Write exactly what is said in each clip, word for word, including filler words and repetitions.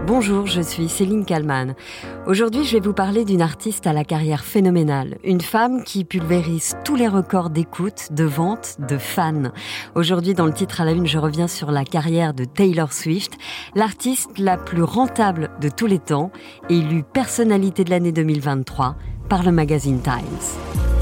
Bonjour, je suis Céline Kallmann. Aujourd'hui, je vais vous parler d'une artiste à la carrière phénoménale. Une femme qui pulvérise tous les records d'écoute, de vente, de fans. Aujourd'hui, dans le titre à la une, je reviens sur la carrière de Taylor Swift, l'artiste la plus rentable de tous les temps, élue personnalité de l'année deux mille vingt-trois par le magazine Times.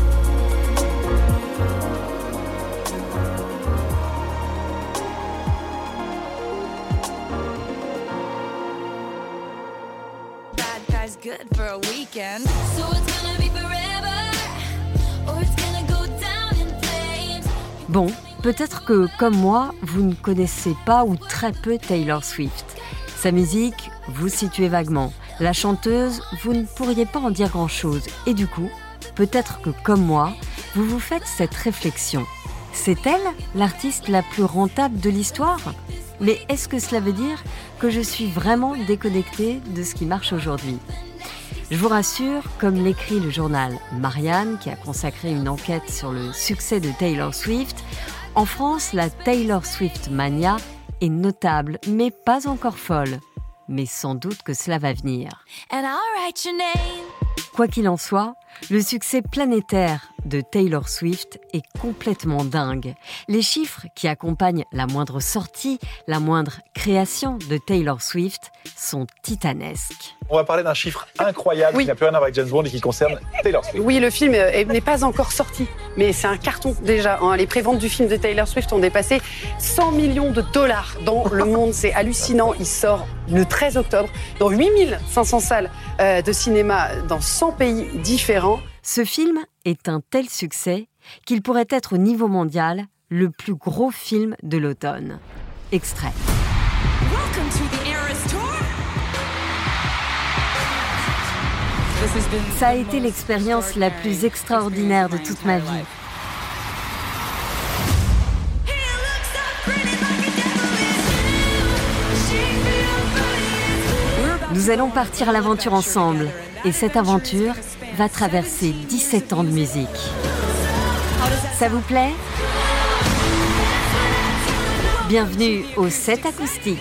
Good for a weekend. So it's gonna be forever, or it's gonna go down in flames. Bon, peut-être que, comme moi, vous ne connaissez pas ou très peu Taylor Swift. Sa musique, vous situez vaguement. La chanteuse, vous ne pourriez pas en dire grand-chose. Et du coup, peut-être que, comme moi, vous vous faites cette réflexion. C'est elle, l'artiste la plus rentable de l'histoire ? Mais est-ce que cela veut dire que je suis vraiment déconnectée de ce qui marche aujourd'hui ? Je vous rassure, comme l'écrit le journal Marianne, qui a consacré une enquête sur le succès de Taylor Swift, en France, la Taylor Swift mania est notable, mais pas encore folle. Mais sans doute que cela va venir. And I'll write your name. Quoi qu'il en soit, le succès planétaire de Taylor Swift est complètement dingue. Les chiffres qui accompagnent la moindre sortie, la moindre création de Taylor Swift sont titanesques. On va parler d'un chiffre incroyable oui. qui n'a plus rien à voir avec James Bond et qui concerne Taylor Swift. Oui, le film n'est pas encore sorti, mais c'est un carton déjà. Les préventes du film de Taylor Swift ont dépassé cent millions de dollars dans le monde. C'est hallucinant. Il sort le treize octobre dans huit mille cinq cents salles de cinéma dans cent pays différents. Ce film est un tel succès qu'il pourrait être au niveau mondial le plus gros film de l'automne. Extrait. Welcome to the Eras Tour. Ça a été l'expérience la plus extraordinaire de toute ma vie. Nous allons partir à l'aventure ensemble. Et cette aventure va traverser dix-sept ans de musique. Ça vous plaît ? Bienvenue au set acoustique.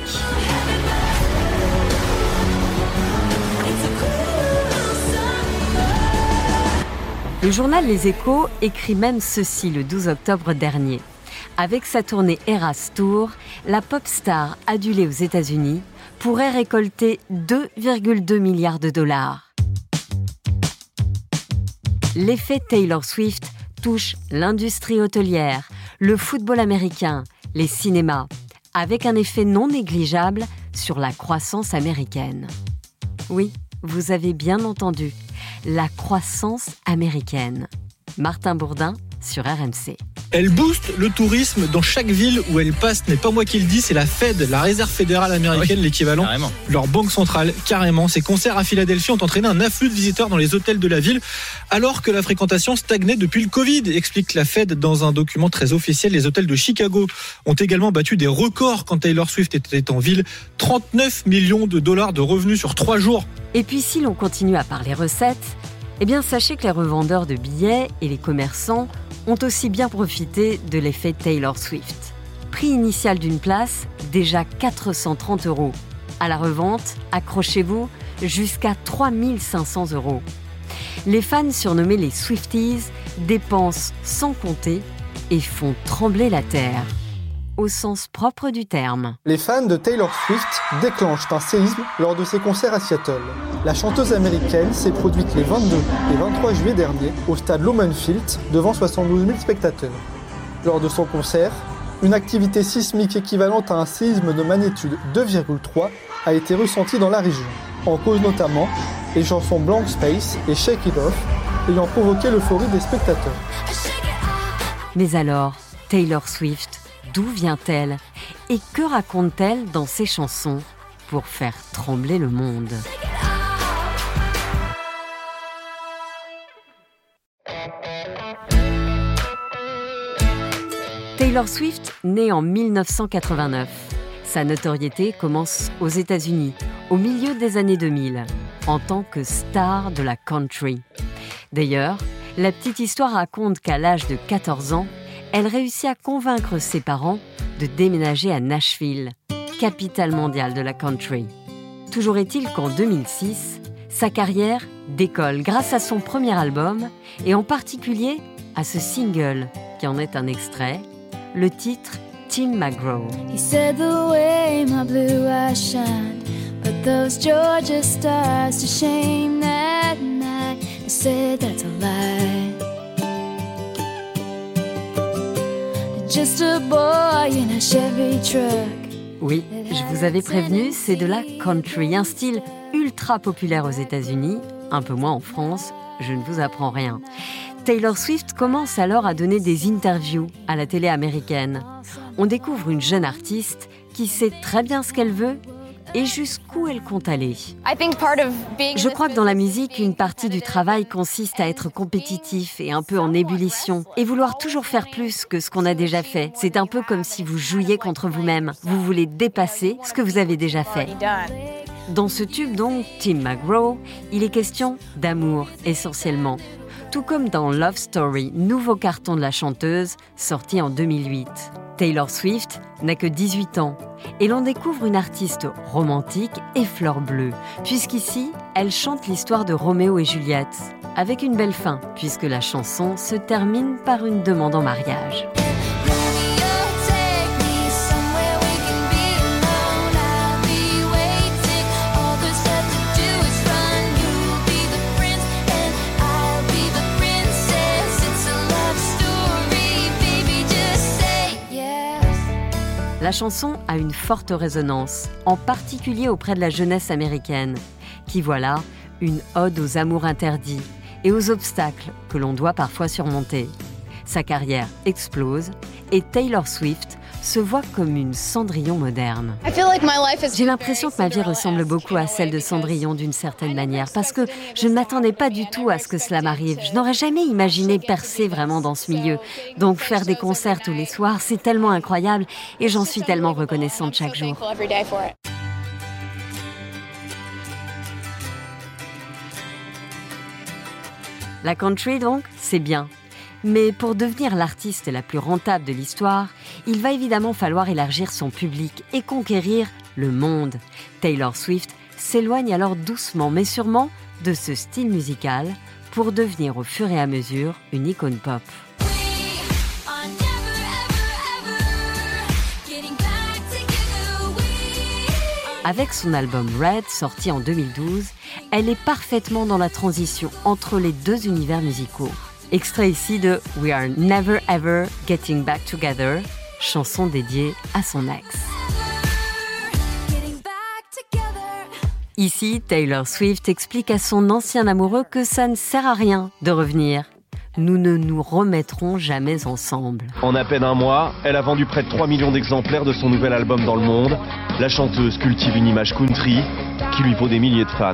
Le journal Les Échos écrit même ceci le douze octobre dernier. Avec sa tournée Eras Tour, la pop star adulée aux États-Unis pourrait récolter deux virgule deux milliards de dollars. L'effet Taylor Swift touche l'industrie hôtelière, le football américain, les cinémas, avec un effet non négligeable sur la croissance américaine. Oui, vous avez bien entendu, la croissance américaine. Martin Bourdin sur R M C. Elle booste le tourisme dans chaque ville où elle passe. Ce n'est pas moi qui le dis, c'est la Fed, la Réserve fédérale américaine, oui, l'équivalent carrément. Leur banque centrale, carrément. Ces concerts à Philadelphie ont entraîné un afflux de visiteurs dans les hôtels de la ville, alors que la fréquentation stagnait depuis le Covid, explique la Fed dans un document très officiel. Les hôtels de Chicago ont également battu des records quand Taylor Swift était en ville. trente-neuf millions de dollars de revenus sur trois jours. Et puis si l'on continue à parler recettes, eh bien sachez que les revendeurs de billets et les commerçants ont aussi bien profité de l'effet Taylor Swift. Prix initial d'une place, déjà quatre cent trente euros. À la revente, accrochez-vous, jusqu'à trois mille cinq cents euros. Les fans surnommés les Swifties dépensent sans compter et font trembler la terre. Au sens propre du terme. Les fans de Taylor Swift déclenchent un séisme lors de ses concerts à Seattle. La chanteuse américaine s'est produite les vingt-deux et vingt-trois juillet dernier au stade Lambeau Field devant soixante-douze mille spectateurs. Lors de son concert, une activité sismique équivalente à un séisme de magnitude deux virgule trois a été ressentie dans la région. En cause notamment les chansons Blank Space et Shake It Off ayant provoqué l'euphorie des spectateurs. Mais alors, Taylor Swift, d'où vient-elle ? Et que raconte-t-elle dans ses chansons pour faire trembler le monde ? Taylor Swift naît en dix-neuf cent quatre-vingt-neuf. Sa notoriété commence aux États-Unis, au milieu des années deux mille, en tant que star de la country. D'ailleurs, la petite histoire raconte qu'à l'âge de quatorze ans, elle réussit à convaincre ses parents de déménager à Nashville, capitale mondiale de la country. Toujours est-il qu'en deux mille six, sa carrière décolle grâce à son premier album et en particulier à ce single qui en est un extrait, le titre Tim McGraw. He said the way my blue eyes shine, put those Georgia stars to shame that night. I said that's a lie. Just a boy in a Chevy truck. Oui, je vous avais prévenu, c'est de la country, un style ultra populaire aux États-Unis, un peu moins en France, je ne vous apprends rien. Taylor Swift commence alors à donner des interviews à la télé américaine. On découvre une jeune artiste qui sait très bien ce qu'elle veut et jusqu'où elle compte aller. Je crois que dans la musique, une partie du travail consiste à être compétitif et un peu en ébullition et vouloir toujours faire plus que ce qu'on a déjà fait. C'est un peu comme si vous jouiez contre vous-même. Vous voulez dépasser ce que vous avez déjà fait. Dans ce tube donc, Tim McGraw, il est question d'amour essentiellement. Tout comme dans Love Story, nouveau carton de la chanteuse, sorti en deux mille huit. Taylor Swift n'a que dix-huit ans et l'on découvre une artiste romantique et fleur bleue, puisqu'ici, elle chante l'histoire de Roméo et Juliette, avec une belle fin, puisque la chanson se termine par une demande en mariage. La chanson a une forte résonance, en particulier auprès de la jeunesse américaine, qui voit là une ode aux amours interdits et aux obstacles que l'on doit parfois surmonter. Sa carrière explose et Taylor Swift se voit comme une Cendrillon moderne. J'ai l'impression que ma vie ressemble beaucoup à celle de Cendrillon d'une certaine manière, parce que je ne m'attendais pas du tout à ce que cela m'arrive. Je n'aurais jamais imaginé percer vraiment dans ce milieu. Donc faire des concerts tous les soirs, c'est tellement incroyable et j'en suis tellement reconnaissante chaque jour. La country donc, c'est bien. Mais pour devenir l'artiste la plus rentable de l'histoire, il va évidemment falloir élargir son public et conquérir le monde. Taylor Swift s'éloigne alors doucement mais sûrement de ce style musical pour devenir au fur et à mesure une icône pop. Avec son album Red, sorti en deux mille douze, elle est parfaitement dans la transition entre les deux univers musicaux. Extrait ici de We Are Never Ever Getting Back Together, chanson dédiée à son ex. Ici, Taylor Swift explique à son ancien amoureux que ça ne sert à rien de revenir. Nous ne nous remettrons jamais ensemble. En à peine un mois, elle a vendu près de trois millions d'exemplaires de son nouvel album dans le monde. La chanteuse cultive une image country qui lui vaut des milliers de fans.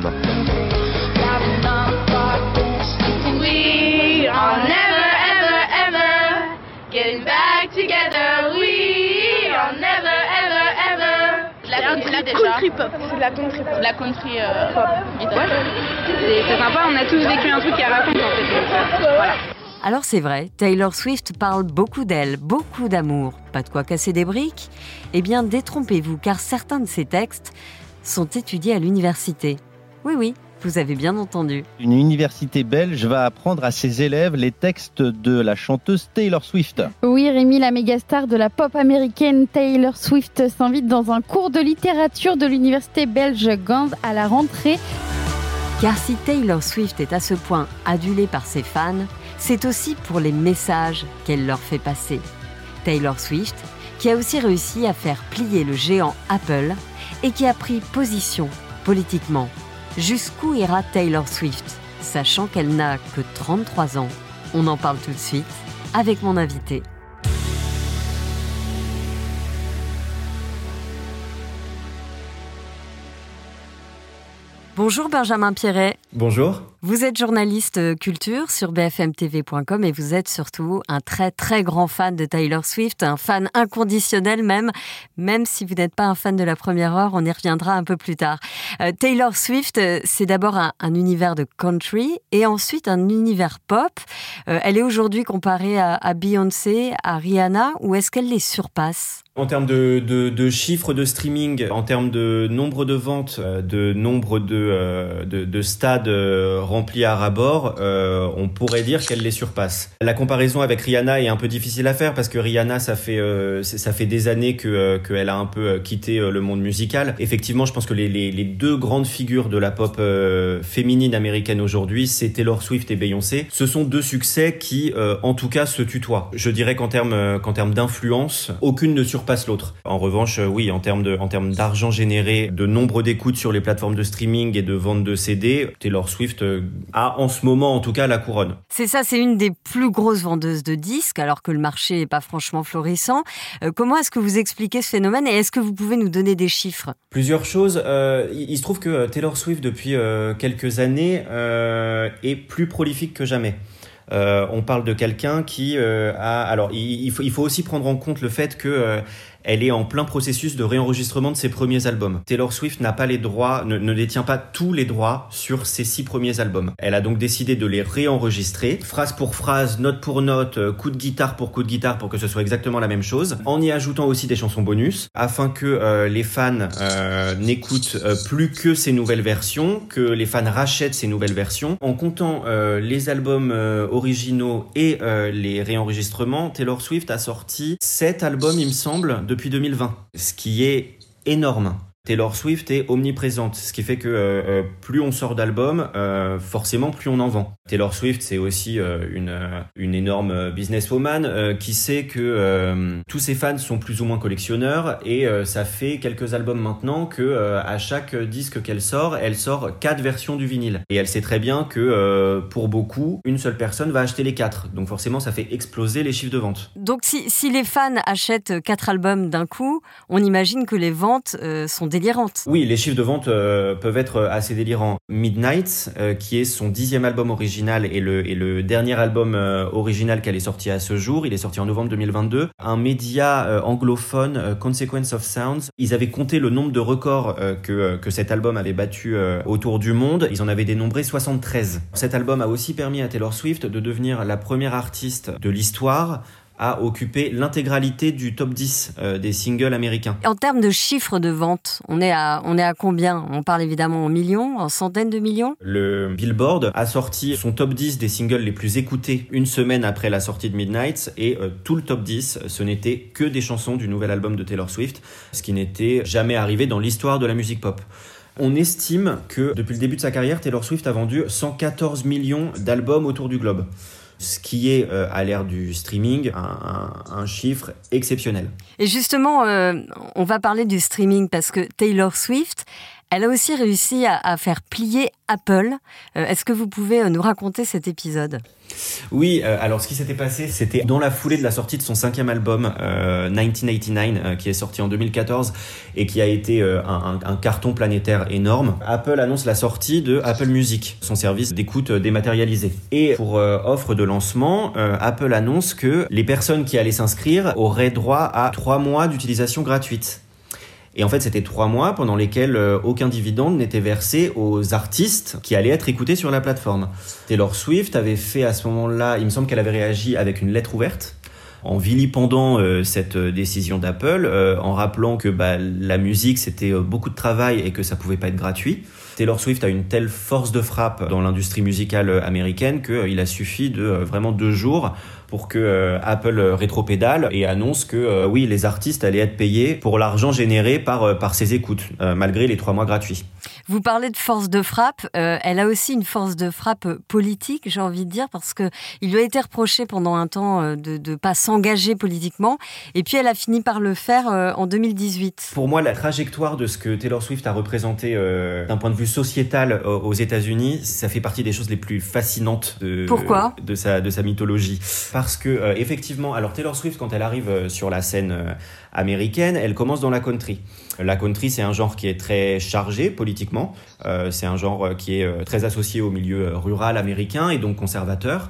Are never ever ever getting back together. We are never ever ever. La, la, la country pop. C'est la country pop. La country euh, pop. Ouais. C'est, c'est sympa. On a tous vécu un truc qui raconte en fait. Voilà. Alors c'est vrai, Taylor Swift parle beaucoup d'elle, beaucoup d'amour. Pas de quoi casser des briques ? Eh bien, détrompez-vous, car certains de ses textes sont étudiés à l'université. Oui, oui. Vous avez bien entendu. Une université belge va apprendre à ses élèves les textes de la chanteuse Taylor Swift. Oui, Rémi, la mégastar de la pop américaine Taylor Swift s'invite dans un cours de littérature de l'université belge Gand à la rentrée. Car si Taylor Swift est à ce point adulée par ses fans, c'est aussi pour les messages qu'elle leur fait passer. Taylor Swift, qui a aussi réussi à faire plier le géant Apple et qui a pris position politiquement. Jusqu'où ira Taylor Swift, sachant qu'elle n'a que trente-trois ans ? On en parle tout de suite avec mon invité. Bonjour Benjamin Pierret. Bonjour. Vous êtes journaliste culture sur b f m t v point com et vous êtes surtout un très très grand fan de Taylor Swift, un fan inconditionnel même, même si vous n'êtes pas un fan de la première heure, on y reviendra un peu plus tard. Euh, Taylor Swift, c'est d'abord un, un univers de country et ensuite un univers pop. Euh, elle est aujourd'hui comparée à, à Beyoncé, à Rihanna, ou est-ce qu'elle les surpasse ? En termes de, de, de chiffres de streaming, en termes de nombre de ventes, de nombre de, de, de stades remplis à ras-bord, euh, on pourrait dire qu'elle les surpasse. La comparaison avec Rihanna est un peu difficile à faire parce que Rihanna, ça fait, euh, ça fait des années que, qu'elle a un peu quitté le monde musical. Effectivement, je pense que les, les, les deux grandes figures de la pop euh, féminine américaine aujourd'hui, c'est Taylor Swift et Beyoncé. Ce sont deux succès qui, euh, en tout cas, se tutoient. Je dirais qu'en termes, qu'en termes d'influence, aucune ne surpasse passe l'autre. En revanche, oui, en termes de, en termes d'argent généré, de nombre d'écoutes sur les plateformes de streaming et de vente de C D, Taylor Swift a en ce moment, en tout cas, la couronne. C'est ça, c'est une des plus grosses vendeuses de disques, alors que le marché n'est pas franchement florissant. Euh, comment est-ce que vous expliquez ce phénomène et est-ce que vous pouvez nous donner des chiffres ? Plusieurs choses. Euh, il, il se trouve que Taylor Swift, depuis euh, quelques années, euh, est plus prolifique que jamais. Euh, on parle de quelqu'un qui euh, a... Alors, il, il, faut, il faut aussi prendre en compte le fait que... Euh, elle est en plein processus de réenregistrement de ses premiers albums. Taylor Swift n'a pas les droits, ne, ne détient pas tous les droits sur ses six premiers albums. Elle a donc décidé de les réenregistrer, phrase pour phrase, note pour note, coup de guitare pour coup de guitare, pour que ce soit exactement la même chose, en y ajoutant aussi des chansons bonus, afin que euh, les fans euh, n'écoutent euh, plus que ces nouvelles versions, que les fans rachètent ces nouvelles versions. En comptant euh, les albums euh, originaux et euh, les réenregistrements, Taylor Swift a sorti sept albums, il me semble, de depuis deux mille vingt, ce qui est énorme. Taylor Swift est omniprésente, ce qui fait que euh, plus on sort d'albums, euh, forcément plus on en vend. Taylor Swift, c'est aussi euh, une, une énorme businesswoman euh, qui sait que euh, tous ses fans sont plus ou moins collectionneurs et euh, ça fait quelques albums maintenant que euh, à chaque disque qu'elle sort, elle sort quatre versions du vinyle. Et elle sait très bien que euh, pour beaucoup, une seule personne va acheter les quatre. Donc forcément, ça fait exploser les chiffres de vente. Donc si, si les fans achètent quatre albums d'un coup, on imagine que les ventes euh, sont délirantes. Oui, les chiffres de vente euh, peuvent être assez délirants. Midnight, euh, qui est son dixième album original et le, et le dernier album euh, original qu'elle est sorti à ce jour, il est sorti en novembre deux mille vingt-deux. Un média euh, anglophone, euh, Consequence of Sounds, ils avaient compté le nombre de records euh, que, que cet album avait battu euh, autour du monde. Ils en avaient dénombré soixante-treize. Cet album a aussi permis à Taylor Swift de devenir la première artiste de l'histoire a occupé l'intégralité du top dix euh, des singles américains. En termes de chiffres de vente, on est à, on est à combien ? On parle évidemment en millions, en centaines de millions ? Le Billboard a sorti son top dix des singles les plus écoutés une semaine après la sortie de Midnight et euh, tout le top dix, ce n'était que des chansons du nouvel album de Taylor Swift, ce qui n'était jamais arrivé dans l'histoire de la musique pop. On estime que depuis le début de sa carrière, Taylor Swift a vendu cent quatorze millions d'albums autour du globe. Ce qui est, euh, à l'ère du streaming, un, un, un chiffre exceptionnel. Et justement, euh, on va parler du streaming parce que Taylor Swift, elle a aussi réussi à, à faire plier Apple. Euh, est-ce que vous pouvez nous raconter cet épisode ? Oui, euh, alors ce qui s'était passé, c'était dans la foulée de la sortie de son cinquième album, euh, dix-neuf quatre-vingt-dix-neuf, euh, qui est sorti en deux mille quatorze et qui a été euh, un, un, un carton planétaire énorme. Apple annonce la sortie de Apple Music, son service d'écoute dématérialisé. Et pour euh, offre de lancement, euh, Apple annonce que les personnes qui allaient s'inscrire auraient droit à trois mois d'utilisation gratuite. Et en fait, c'était trois mois pendant lesquels euh, aucun dividende n'était versé aux artistes qui allaient être écoutés sur la plateforme. Taylor Swift avait fait à ce moment-là, il me semble qu'elle avait réagi avec une lettre ouverte, en vilipendant euh, cette décision d'Apple, euh, en rappelant que bah, la musique, c'était euh, beaucoup de travail et que ça pouvait pas être gratuit. Taylor Swift a une telle force de frappe dans l'industrie musicale américaine qu'il euh, a suffi de euh, vraiment deux jours pour que euh, Apple rétropédale et annonce que euh, oui, les artistes allaient être payés pour l'argent généré par, euh, par ses écoutes, euh, malgré les trois mois gratuits. Vous parlez de force de frappe, euh, elle a aussi une force de frappe politique, j'ai envie de dire, parce qu'il lui a été reproché pendant un temps euh, de ne pas s'engager politiquement, et puis elle a fini par le faire euh, en deux mille dix-huit. Pour moi, la trajectoire de ce que Taylor Swift a représenté euh, d'un point de vue sociétal euh, aux États-Unis, ça fait partie des choses les plus fascinantes de, Pourquoi ? de, sa, de sa mythologie. Parce que, euh, effectivement, alors Taylor Swift, quand elle arrive euh, sur la scène euh, américaine, elle commence dans la country. La country, c'est un genre qui est très chargé politiquement. Euh, c'est un genre qui est euh, très associé au milieu rural américain et donc conservateur.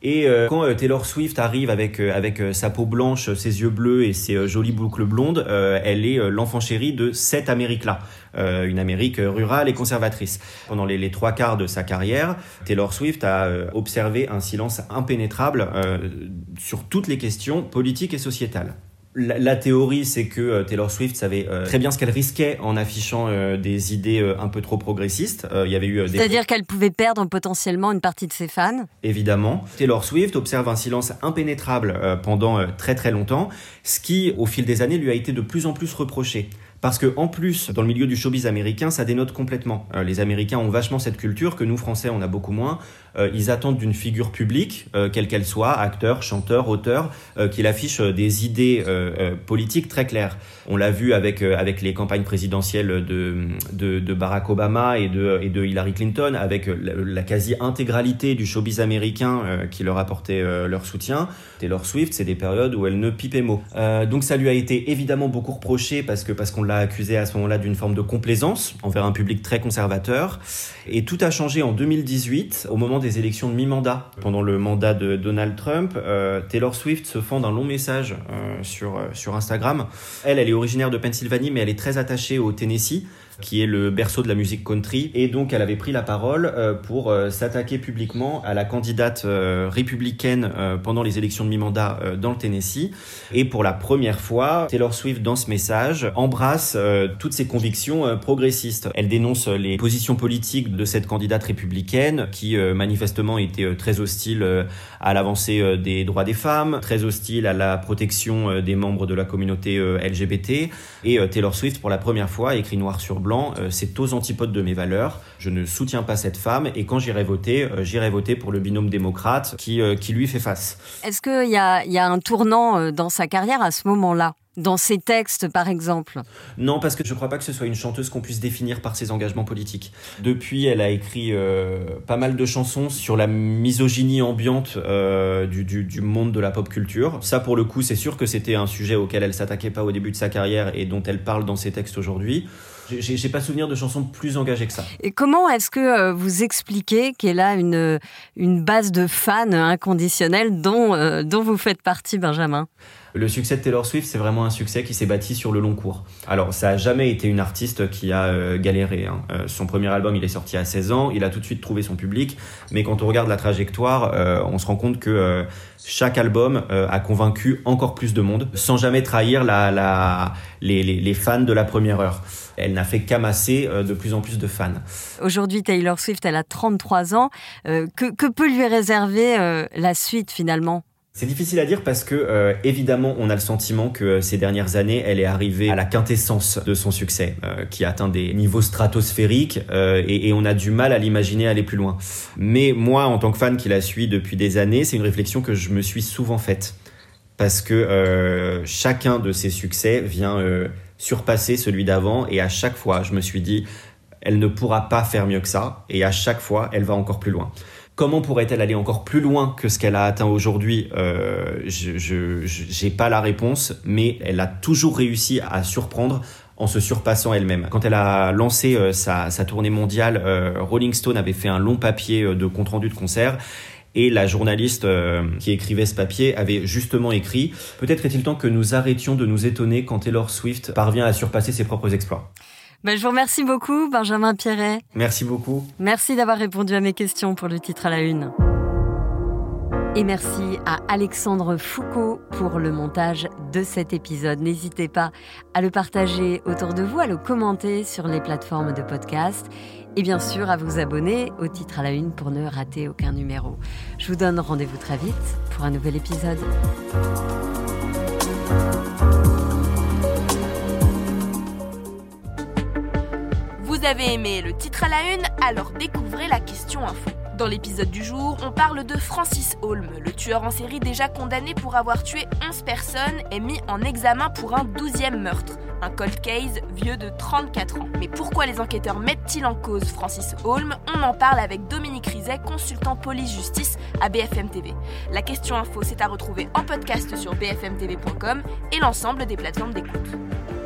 Et euh, quand euh, Taylor Swift arrive avec euh, avec euh, sa peau blanche, ses yeux bleus et ses euh, jolies boucles blondes, euh, elle est euh, l'enfant chéri de cette Amérique-là, euh, une Amérique rurale et conservatrice. Pendant les, les trois quarts de sa carrière, Taylor Swift a euh, observé un silence impénétrable euh, sur toutes les questions politiques et sociétales. La, la théorie, c'est que euh, Taylor Swift savait euh, très bien ce qu'elle risquait en affichant euh, des idées euh, un peu trop progressistes. Euh, il y avait eu euh, des... C'est-à-dire qu'elle pouvait perdre potentiellement une partie de ses fans. Évidemment. Taylor Swift observe un silence impénétrable euh, pendant euh, très très longtemps, ce qui, au fil des années, lui a été de plus en plus reproché. Parce que en plus, dans le milieu du showbiz américain, ça dénote complètement. Euh, les Américains ont vachement cette culture que nous, Français, on a beaucoup moins. Euh, ils attendent d'une figure publique, euh, quelle qu'elle soit, acteur, chanteur, auteur, euh, qu'il affiche euh, des idées euh, euh, politiques très claires. On l'a vu avec euh, avec les campagnes présidentielles de de, de Barack Obama et de et de Hillary Clinton, avec la, la quasi-intégralité du showbiz américain euh, qui leur apportait euh, leur soutien. Taylor Swift, c'est des périodes où elle ne pipait mot. Euh, donc ça lui a été évidemment beaucoup reproché parce que parce qu'on l'a accusé à ce moment-là d'une forme de complaisance envers un public très conservateur. Et tout a changé en deux mille dix-huit, au moment des élections de mi-mandat. Pendant le mandat de Donald Trump, euh, Taylor Swift se fend d'un long message euh, sur, euh, sur Instagram. Elle, elle est originaire de Pennsylvanie, mais elle est très attachée au Tennessee, qui est le berceau de la musique country. Et donc, elle avait pris la parole euh, pour euh, s'attaquer publiquement à la candidate euh, républicaine euh, pendant les élections de mi-mandat euh, dans le Tennessee. Et pour la première fois, Taylor Swift, dans ce message, embrasse euh, toutes ses convictions euh, progressistes. Elle dénonce les positions politiques de cette candidate républicaine qui, euh, manifestement, était euh, très hostile euh, à l'avancée euh, des droits des femmes, très hostile à la protection euh, des membres de la communauté euh, L G B T. Et euh, Taylor Swift, pour la première fois, écrit noir sur blanc, c'est aux antipodes de mes valeurs, je ne soutiens pas cette femme et quand j'irai voter, j'irai voter pour le binôme démocrate qui, qui lui fait face. Est-ce qu'il y a, y a un tournant dans sa carrière à ce moment-là ? Dans ses textes, par exemple? Non, parce que je ne crois pas que ce soit une chanteuse qu'on puisse définir par ses engagements politiques. Depuis, elle a écrit euh, pas mal de chansons sur la misogynie ambiante euh, du, du, du monde de la pop culture. Ça, pour le coup, c'est sûr que c'était un sujet auquel elle s'attaquait pas au début de sa carrière et dont elle parle dans ses textes aujourd'hui. J'ai, j'ai pas souvenir de chansons plus engagées que ça. Et comment est-ce que vous expliquez qu'elle a une, une base de fans inconditionnels dont, euh, dont vous faites partie, Benjamin ? Le succès de Taylor Swift, c'est vraiment un succès qui s'est bâti sur le long cours. Alors, ça a jamais été une artiste qui a euh, galéré. Hein. Euh, son premier album, il est sorti à seize ans, il a tout de suite trouvé son public. Mais quand on regarde la trajectoire, euh, on se rend compte que euh, chaque album euh, a convaincu encore plus de monde, sans jamais trahir la, la, les, les, les fans de la première heure. Elle n'a fait qu'amasser euh, de plus en plus de fans. Aujourd'hui, Taylor Swift, elle a trente-trois ans. Euh, que, que peut lui réserver euh, la suite, finalement ? C'est difficile à dire parce que, euh, évidemment, on a le sentiment que euh, ces dernières années, elle est arrivée à la quintessence de son succès, euh, qui atteint des niveaux stratosphériques euh, et, et on a du mal à l'imaginer aller plus loin. Mais moi, en tant que fan qui la suit depuis des années, c'est une réflexion que je me suis souvent faite. Parce que euh, chacun de ses succès vient euh, surpasser celui d'avant et à chaque fois, je me suis dit, elle ne pourra pas faire mieux que ça et à chaque fois, elle va encore plus loin. Comment pourrait-elle aller encore plus loin que ce qu'elle a atteint aujourd'hui ? euh, Je je, j'ai pas la réponse, mais elle a toujours réussi à surprendre en se surpassant elle-même. Quand elle a lancé euh, sa, sa tournée mondiale, euh, Rolling Stone avait fait un long papier euh, de compte-rendu de concert. Et la journaliste euh, qui écrivait ce papier avait justement écrit « Peut-être est-il temps que nous arrêtions de nous étonner quand Taylor Swift parvient à surpasser ses propres exploits. » Ben, je vous remercie beaucoup, Benjamin Pierret. Merci beaucoup. Merci d'avoir répondu à mes questions pour le titre à la une. Et merci à Alexandre Foucault pour le montage de cet épisode. N'hésitez pas à le partager autour de vous, à le commenter sur les plateformes de podcast et bien sûr à vous abonner au titre à la une pour ne rater aucun numéro. Je vous donne rendez-vous très vite pour un nouvel épisode. Vous avez aimé le titre à la une, alors découvrez la question info. Dans l'épisode du jour, on parle de Francis Holm, le tueur en série déjà condamné pour avoir tué onze personnes et mis en examen pour un douzième meurtre. Un cold case vieux de trente-quatre ans. Mais pourquoi les enquêteurs mettent-ils en cause Francis Holm ? On en parle avec Dominique Rizet, consultant police-justice à B F M T V. La question info, c'est à retrouver en podcast sur b f m t v point com et l'ensemble des plateformes d'écoute.